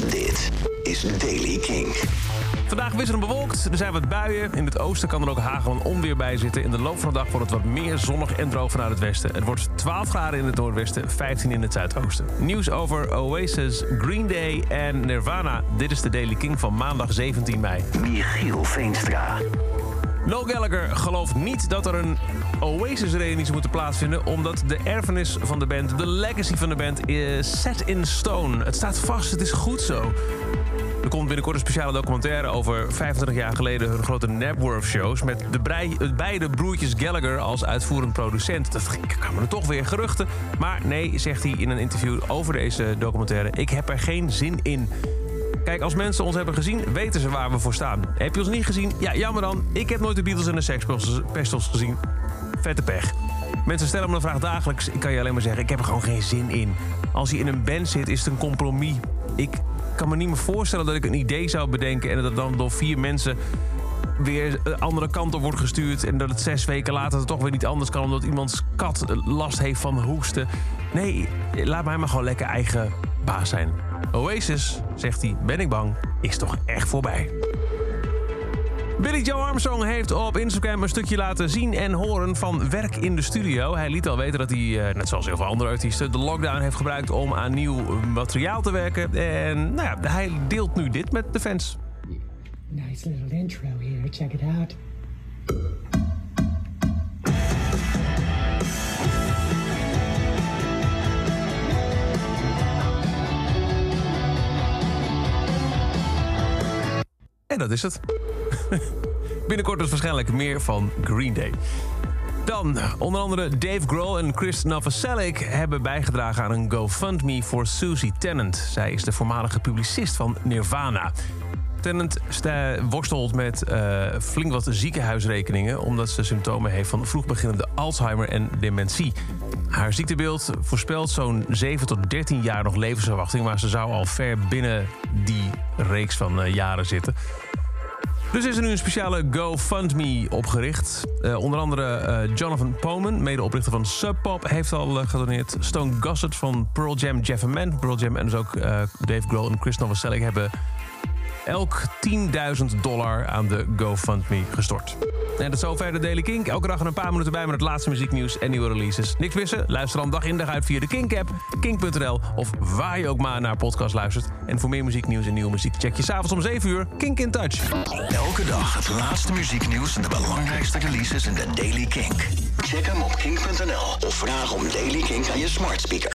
Dit is Daily King. Vandaag wisselend bewolkt, er zijn wat buien. In het oosten kan er ook hagel en onweer bij zitten. In de loop van de dag wordt het wat meer zonnig en droog vanuit het westen. Het wordt 12 graden in het noordwesten, 15 in het zuidoosten. Nieuws over Oasis, Green Day en Nirvana. Dit is de Daily King van maandag 17 mei. Michiel Veenstra. Noel Gallagher gelooft niet dat er een Oasis-reunie zou moeten plaatsvinden, omdat de erfenis van de band, de legacy van de band, is set in stone. Het staat vast, het is goed zo. Er komt binnenkort een speciale documentaire over 25 jaar geleden hun grote Knebworth-shows met de beide broertjes Gallagher als uitvoerend producent. Dat kwamen er toch weer geruchten. Maar nee, zegt hij in een interview over deze documentaire, ik heb er geen zin in. Kijk, als mensen ons hebben gezien, weten ze waar we voor staan. Heb je ons niet gezien? Ja, jammer dan. Ik heb nooit de Beatles en de Sex Pistols gezien. Vette pech. Mensen stellen me de vraag dagelijks. Ik kan je alleen maar zeggen, ik heb er gewoon geen zin in. Als je in een band zit, is het een compromis. Ik kan me niet meer voorstellen dat ik een idee zou bedenken en dat het dan door 4 mensen weer de andere kant op wordt gestuurd en dat het 6 weken later toch weer niet anders kan omdat iemands kat last heeft van hoesten. Nee, laat mij maar gewoon lekker eigen baas zijn. Oasis, zegt hij, ben ik bang, is toch echt voorbij. Billy Joe Armstrong heeft op Instagram een stukje laten zien en horen van werk in de studio. Hij liet al weten dat hij, net zoals heel veel andere artiesten, de lockdown heeft gebruikt om aan nieuw materiaal te werken. En nou ja, hij deelt nu dit met de fans. Nice little intro here, check it out. En dat is het. Binnenkort dus waarschijnlijk meer van Green Day. Dan, onder andere Dave Grohl en Chris Novoselic hebben bijgedragen aan een GoFundMe voor Susie Tennant. Zij is de voormalige publicist van Nirvana. Tennant worstelt met flink wat ziekenhuisrekeningen omdat ze symptomen heeft van vroeg beginnende Alzheimer en dementie. Haar ziektebeeld voorspelt zo'n 7 tot 13 jaar nog levensverwachting, maar ze zou al ver binnen die reeks van jaren zitten. Dus is er nu een speciale GoFundMe opgericht. Onder andere Jonathan Poman, medeoprichter van Sub Pop, heeft al gedoneerd. Stone Gossett van Pearl Jam, Jeff Ament, Pearl Jam en dus ook Dave Grohl en Chris Novoselic hebben elk $10.000 aan de GoFundMe gestort. En dat is zover de Daily Kink. Elke dag een paar minuten bij met het laatste muzieknieuws en nieuwe releases. Niks missen? Luister dan dag in dag uit via de Kink-app, kink.nl of waar je ook maar naar podcast luistert. En voor meer muzieknieuws en nieuwe muziek check je 's avonds om 7 uur Kink in Touch. Elke dag het laatste muzieknieuws en de belangrijkste releases in de Daily Kink. Check hem op kink.nl of vraag om Daily Kink aan je smart speaker.